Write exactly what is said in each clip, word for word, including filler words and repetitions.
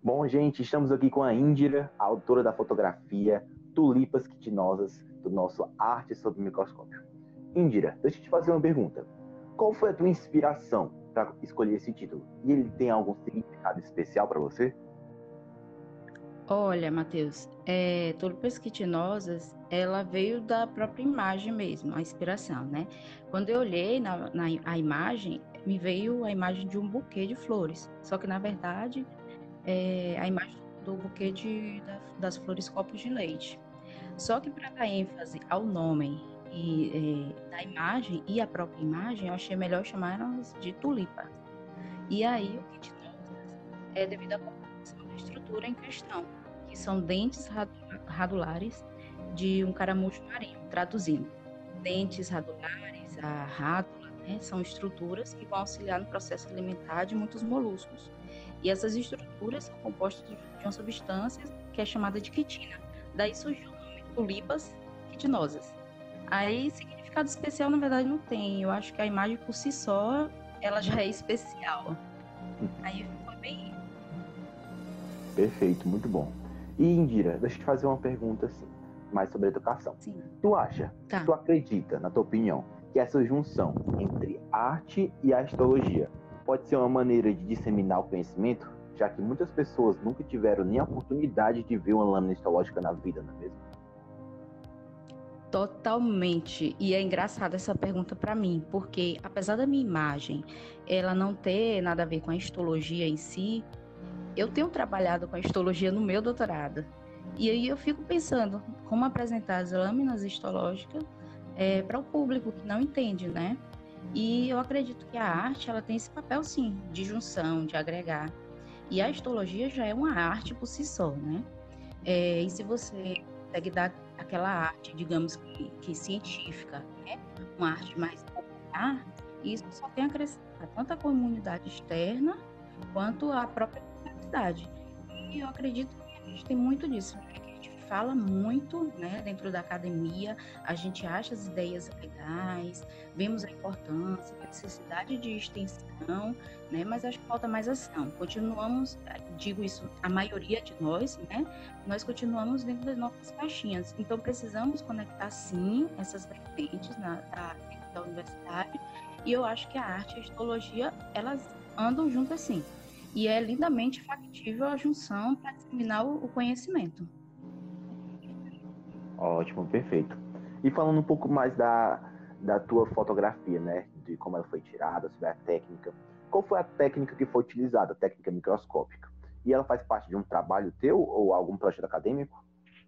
Bom, gente, estamos aqui com a Índira, a autora da fotografia Tulipas Quitinosas, do nosso Arte Sob o Microscópio. Índira, deixa eu te fazer uma pergunta. Qual foi a tua inspiração para escolher esse título? E ele tem algum significado especial para você? Olha, Matheus, é, Tulipas Quitinosas, ela veio da própria imagem mesmo, a inspiração, né? Quando eu olhei na, na a imagem, me veio a imagem de um buquê de flores. Só que, na verdade, é a imagem do buquê de, da- das flores copos de leite. Só que para dar ênfase ao nome e, é, da imagem e a própria imagem, eu achei melhor chamar elas de tulipas. E aí, o quitinosas é devido à composição da estrutura em questão, que são dentes radulares de um caramujo marinho, traduzindo. Dentes radulares, a rádula, né, são estruturas que vão auxiliar no processo alimentar de muitos moluscos. E essas estruturas são compostas de uma substância que é chamada de quitina. Daí surgiu o nome tulipas quitinosas. Aí, significado especial, na verdade, não tem. Eu acho que a imagem por si só, ela já é especial. Aí foi bem isso. Perfeito, muito bom. E Indira, deixa eu te fazer uma pergunta assim, mais sobre educação. Sim, Tu acha, tá. tu acredita, na tua opinião, que essa junção entre arte e astrologia pode ser uma maneira de disseminar o conhecimento, já que muitas pessoas nunca tiveram nem a oportunidade de ver uma lâmina astrológica na vida, não é mesmo? Totalmente. E é engraçada essa pergunta para mim, porque apesar da minha imagem ela não ter nada a ver com a histologia em si, eu tenho trabalhado com a histologia no meu doutorado. E aí eu fico pensando como apresentar as lâminas histológicas é, para o público que não entende, né? E eu acredito que a arte ela tem esse papel sim, de junção, de agregar. E a histologia já é uma arte por si só, né? É, e se você consegue dar aquela arte, digamos que, que científica, né? Uma arte mais popular, isso só tem a acrescentar tanto a comunidade externa quanto a própria universidade. E eu acredito que a gente tem muito disso, né? Que a gente fala muito, né, dentro da academia, a gente acha as ideias legais, vemos a importância, a necessidade de extensão, né, mas acho que falta mais ação. Continuamos, digo isso, a maioria de nós, né, nós continuamos dentro das nossas caixinhas. Então, precisamos conectar, sim, essas vertentes na, da, dentro da universidade, e eu acho que a arte e a histologia, elas andam juntas, sim. E é lindamente factível a junção para disseminar o conhecimento. Ótimo, perfeito. E falando um pouco mais da, da tua fotografia, né? De como ela foi tirada, sobre a técnica. Qual foi a técnica que foi utilizada, a técnica microscópica? E ela faz parte de um trabalho teu ou algum projeto acadêmico?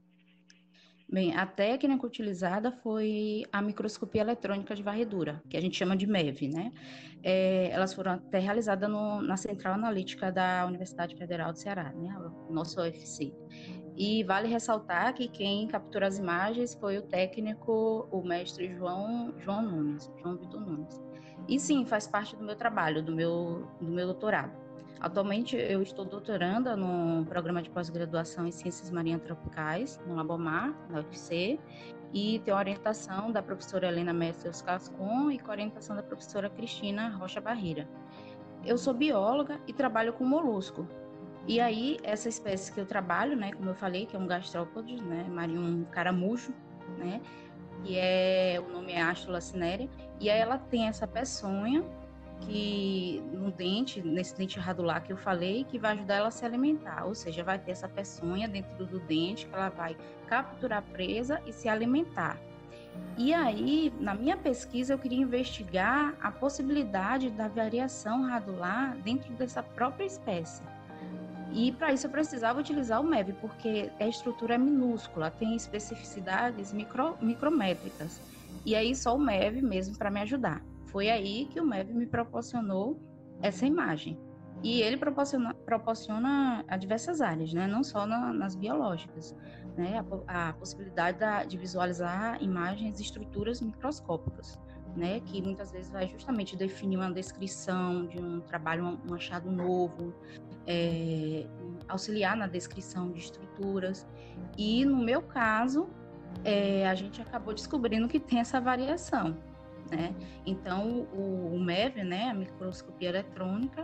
Bem, a técnica utilizada foi a microscopia eletrônica de varredura, que a gente chama de MEV, né? É, elas foram até realizadas no, na Central Analítica da Universidade Federal do Ceará, né? O nosso U F C. E vale ressaltar que quem capturou as imagens foi o técnico, o mestre João, João Nunes, João Vitor Nunes. E sim, faz parte do meu trabalho, do meu, do meu doutorado. Atualmente eu estou doutoranda no programa de pós-graduação em Ciências Marinhas Tropicais, no Labomar, na U F C, e tenho a orientação da professora Helena Messias Cascon e com a orientação da professora Cristina Rocha Barreira. Eu sou bióloga e trabalho com molusco. E aí, essa espécie que eu trabalho, né, como eu falei, que é um gastrópode, né, marinho, um caramujo, né, que é, o nome é Astula cinerea, e aí ela tem essa peçonha que no dente, nesse dente radular que eu falei, que vai ajudar ela a se alimentar, ou seja, vai ter essa peçonha dentro do dente que ela vai capturar a presa e se alimentar. E aí, na minha pesquisa, eu queria investigar a possibilidade da variação radular dentro dessa própria espécie. E para isso eu precisava utilizar o MEV, porque a estrutura é minúscula, tem especificidades micro, micrométricas. E aí só o MEV mesmo para me ajudar. Foi aí que o MEV me proporcionou essa imagem. E ele proporciona, proporciona a diversas áreas, né? Não só na, nas biológicas, né? A, a possibilidade da, de visualizar imagens e estruturas microscópicas, né? Que muitas vezes vai justamente definir uma descrição de um trabalho, um, um achado novo, é, auxiliar na descrição de estruturas. E no meu caso, é, a gente acabou descobrindo que tem essa variação, né? Então, o, o MEV, né, a microscopia eletrônica,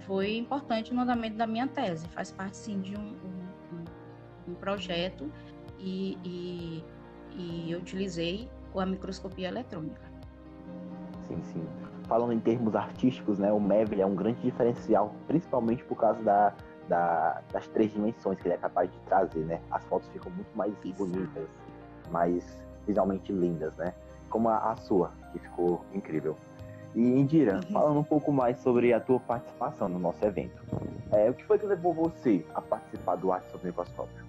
foi importante no andamento da minha tese. Faz parte, sim, de um, um, um, um projeto e, e, e eu utilizei a microscopia eletrônica. Sim, sim. Falando em termos artísticos, né, o M E V é um grande diferencial, principalmente por causa da, da, das três dimensões que ele é capaz de trazer, né? As fotos ficam muito mais Exato. bonitas, mais visualmente lindas, né? Como a, a sua, que ficou incrível. E Indira, falando um pouco mais sobre a tua participação no nosso evento, é, o que foi que levou você a participar do Arte sob Microscópio?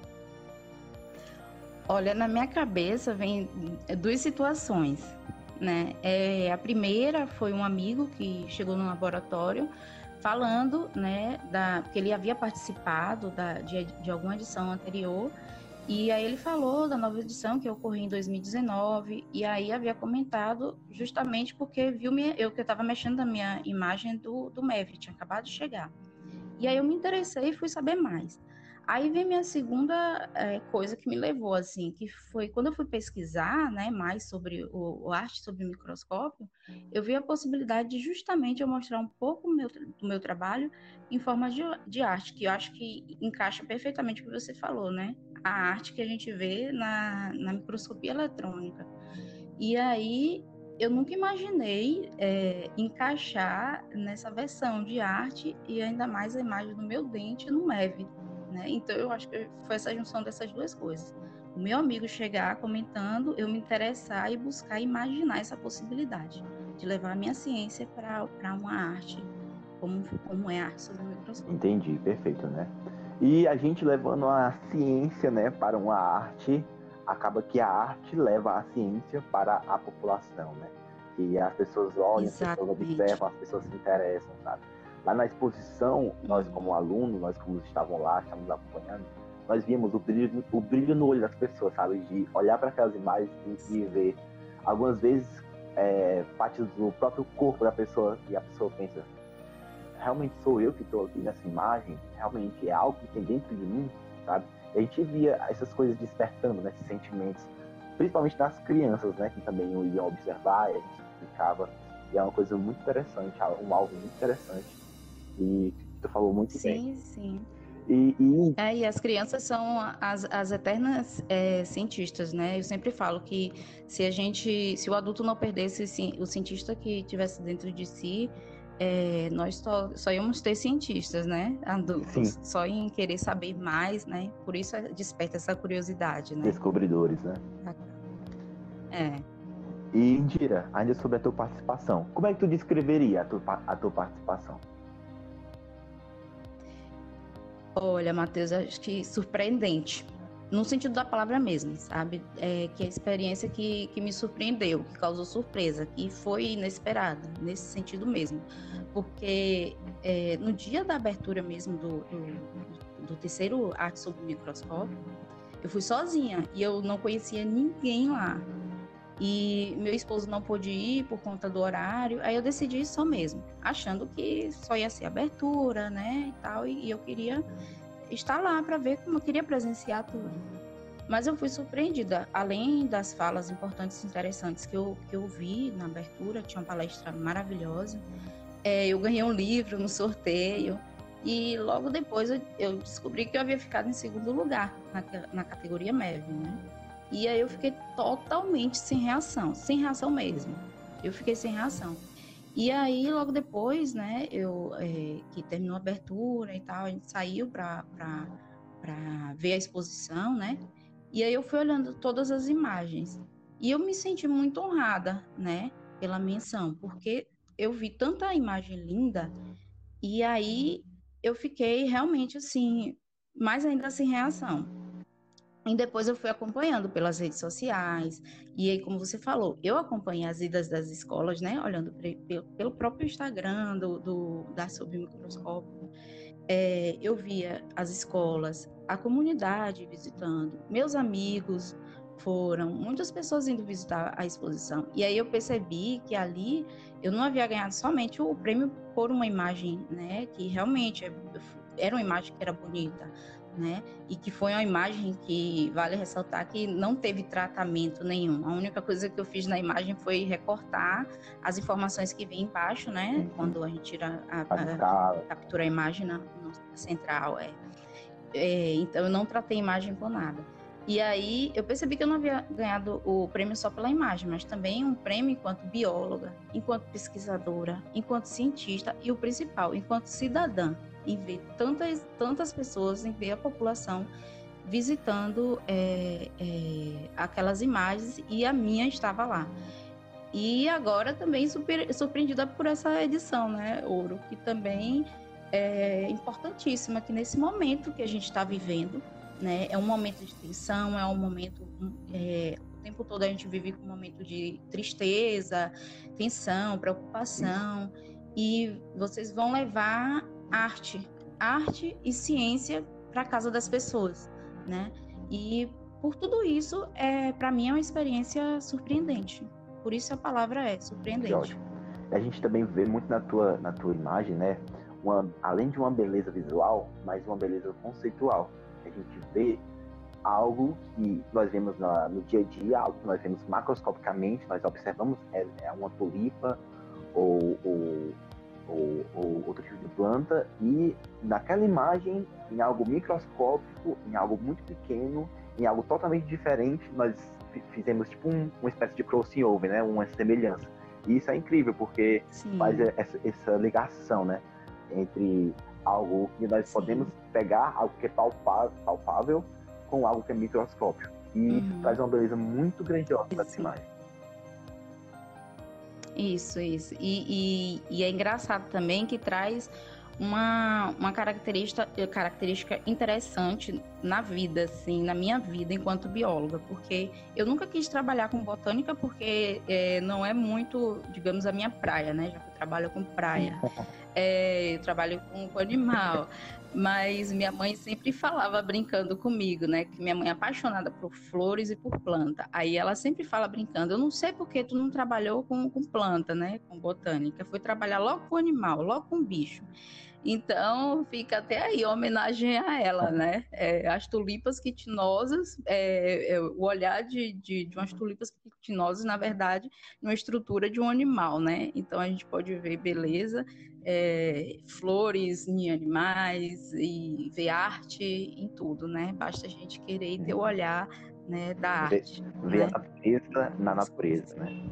Olha, na minha cabeça vem duas situações, né? É, a primeira foi um amigo que chegou no laboratório falando, né, da, que ele havia participado da, de, de alguma edição anterior, e aí ele falou da nova edição que ocorreu em dois mil e dezenove, e aí havia comentado justamente porque viu minha, eu que estava mexendo na minha imagem do, do M E V, tinha acabado de chegar. E aí eu me interessei e fui saber mais. Aí vem minha segunda é, coisa que me levou, assim, que foi quando eu fui pesquisar, né, mais sobre o, o arte sobre o microscópio, eu vi a possibilidade de justamente eu mostrar um pouco do meu, do meu trabalho em forma de, de arte, que eu acho que encaixa perfeitamente o que você falou, né? A arte que a gente vê na, na microscopia eletrônica. E aí eu nunca imaginei é, encaixar nessa versão de arte e ainda mais a imagem do meu dente no M E V, né? Então eu acho que foi essa junção dessas duas coisas. O meu amigo chegar comentando, eu me interessar e buscar imaginar essa possibilidade de levar a minha ciência para uma arte, como, como é a arte sob o microscópio. Entendi, perfeito, né? E a gente levando a ciência, né, para uma arte, acaba que a arte leva a ciência para a população, né? Que as pessoas olham, Exatamente. As pessoas observam, as pessoas se interessam, sabe? Lá na exposição, nós como alunos, nós como estavam lá, estávamos acompanhando, nós vimos o brilho, o brilho no olho das pessoas, sabe? De olhar para aquelas imagens e, e ver, algumas vezes, é, partes do próprio corpo da pessoa, e a pessoa pensa, realmente sou eu que estou aqui nessa imagem? Realmente é algo que tem dentro de mim, sabe? E a gente via essas coisas despertando, né, esses sentimentos, principalmente nas crianças, né, que também iam observar, e a gente explicava, e é uma coisa muito interessante, um algo muito interessante, e tu falou muito sim, bem. Sim, sim. E, e... É, e as crianças são as, as eternas é, cientistas, né? Eu sempre falo que se a gente, se o adulto não perdesse sim, o cientista que tivesse dentro de si, é, nós só, só íamos ter cientistas, né? Adultos, sim. Só em querer saber mais, né? Por isso desperta essa curiosidade, né? Descobridores, né? É. E Indira, ainda sobre a tua participação, como é que tu descreveria a tua, a tua participação? Olha, Matheus, acho que surpreendente, no sentido da palavra mesmo, sabe? É, que a experiência que, que me surpreendeu, que causou surpresa, que foi inesperada, nesse sentido mesmo. Porque é, no dia da abertura mesmo do, do, do terceiro Arte sob o Microscópio, eu fui sozinha e eu não conhecia ninguém lá. E meu esposo não pôde ir por conta do horário, aí eu decidi ir só mesmo, achando que só ia ser abertura, né, e tal, e, e eu queria estar lá para ver como eu queria presenciar tudo. Mas eu fui surpreendida, além das falas importantes e interessantes que eu, que eu vi na abertura, tinha uma palestra maravilhosa, é, eu ganhei um livro no sorteio, e logo depois eu, eu descobri que eu havia ficado em segundo lugar na, na categoria M E V, né? E aí eu fiquei totalmente sem reação, sem reação mesmo. Eu fiquei sem reação. E aí, logo depois, né, eu, é, que terminou a abertura e tal, a gente saiu para ver a exposição, né? E aí eu fui olhando todas as imagens. E eu me senti muito honrada, né, pela menção, porque eu vi tanta imagem linda, e aí eu fiquei realmente, assim, mais ainda sem reação. E depois eu fui acompanhando pelas redes sociais, e aí, como você falou, eu acompanhei as idas das escolas, né, olhando pre, pelo próprio Instagram do, do, da Sob o Microscópio, é, eu via as escolas, a comunidade visitando, meus amigos foram, muitas pessoas indo visitar a exposição, e aí eu percebi que ali eu não havia ganhado somente o prêmio por uma imagem, né, que realmente era uma imagem que era bonita, né? E que foi uma imagem que, vale ressaltar, que não teve tratamento nenhum. A única coisa que eu fiz na imagem foi recortar as informações que vêm embaixo, né? Uhum. Quando a gente tira a, a, a, captura a imagem na, na central. É. É, então, eu não tratei a imagem por nada. E aí, eu percebi que eu não havia ganhado o prêmio só pela imagem, mas também um prêmio enquanto bióloga, enquanto pesquisadora, enquanto cientista e o principal, enquanto cidadã, em ver tantas, tantas pessoas, em ver a população visitando é, é, aquelas imagens, e a minha estava lá. E agora também super, surpreendida por essa edição, né, Ouro, que também é importantíssima, que nesse momento que a gente está vivendo, né, é um momento de tensão, é um momento, é, o tempo todo a gente vive com um momento de tristeza, tensão, preocupação, e vocês vão levar arte, arte e ciência para a casa das pessoas, né? E por tudo isso, é, para mim é uma experiência surpreendente. Por isso a palavra é surpreendente. A gente também vê muito na tua, na tua imagem, né? Uma, além de uma beleza visual, mas uma beleza conceitual. A gente vê algo que nós vemos na, no dia a dia, algo que nós vemos macroscopicamente, nós observamos é, é uma tulipa ou, ou Ou, ou outro tipo de planta, e naquela imagem, em algo microscópico, em algo muito pequeno, em algo totalmente diferente, nós fizemos tipo um, uma espécie de crossover, né? Uma semelhança. E isso é incrível, porque Sim. faz essa, essa ligação, né? Entre algo que nós Sim. podemos pegar, algo que é palpável, palpável, com algo que é microscópico. E uhum. isso traz uma beleza muito grandiosa nessa imagem. Isso, isso. E, e, e é engraçado também que traz uma, uma característica, característica interessante na vida, assim, na minha vida enquanto bióloga, porque eu nunca quis trabalhar com botânica porque é, não é muito, digamos, a minha praia, né? Já que eu trabalho com praia, é, eu trabalho com, com animal. Mas minha mãe sempre falava brincando comigo, né? Que minha mãe é apaixonada por flores e por planta. Aí ela sempre fala brincando, eu não sei por que tu não trabalhou com, com planta, né? Com botânica. Foi trabalhar logo com animal, logo com bicho. Então, fica até aí homenagem a ela, né? É, as tulipas quitinosas, é, é, o olhar de, de, de umas tulipas quitinosas, na verdade, numa estrutura de um animal, né? Então, a gente pode ver beleza, é, flores em animais e ver arte em tudo, né? Basta a gente querer ter o olhar, né, da arte. Ver né? a natureza na natureza, né?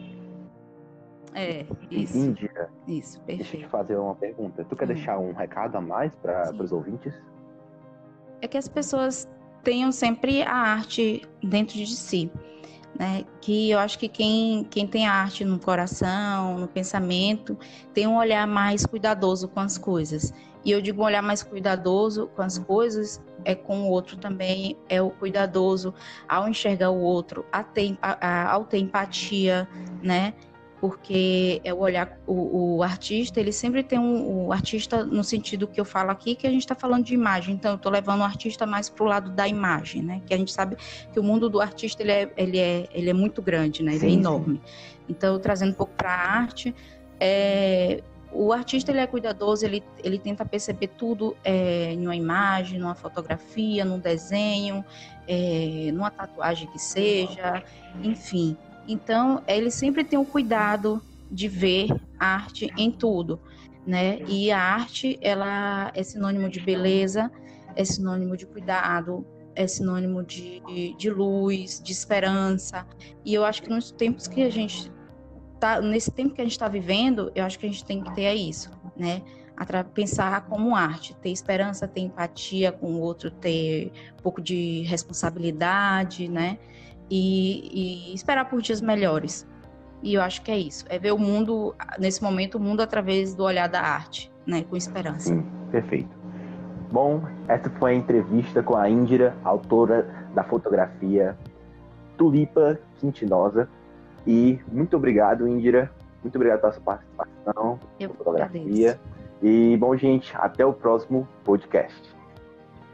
É, isso. Índia, isso, perfeito. Deixa eu te fazer uma pergunta. Tu quer hum. deixar um recado a mais para os ouvintes? É que as pessoas tenham sempre a arte dentro de si, né? Que eu acho que quem, quem tem a arte no coração, no pensamento, tem um olhar mais cuidadoso com as coisas. E eu digo um olhar mais cuidadoso com as coisas é com o outro também, é o cuidadoso ao enxergar o outro, a ter, a, ao ter empatia, né? Porque é o olhar, o, o artista, ele sempre tem um, o artista no sentido que eu falo aqui, que a gente está falando de imagem, então eu estou levando o artista mais para o lado da imagem, né? Que a gente sabe que o mundo do artista, ele é, ele é, ele é muito grande, né? Ele sim, é enorme. Sim. Então, trazendo um pouco para a arte, é, o artista, ele é cuidadoso, ele, ele tenta perceber tudo é, em uma imagem, numa fotografia, num desenho, é, numa tatuagem que seja, enfim. Então, ele sempre tem o cuidado de ver arte em tudo, né? E a arte, ela é sinônimo de beleza, é sinônimo de cuidado, é sinônimo de, de luz, de esperança. E eu acho que nos tempos que a gente tá, nesse tempo que a gente está vivendo, eu acho que a gente tem que ter isso, né? Pensar como arte, ter esperança, ter empatia com o outro, ter um pouco de responsabilidade, né? E, e esperar por dias melhores. E eu acho que é isso, é ver o mundo, nesse momento, o mundo através do olhar da arte, né, com esperança. Sim, perfeito. Bom, essa foi a entrevista com a Índira, autora da fotografia Tulipa Quintinosa. E muito obrigado, Índira. Muito obrigado pela sua participação eu na fotografia. Agradeço. E, bom, gente, até o próximo podcast.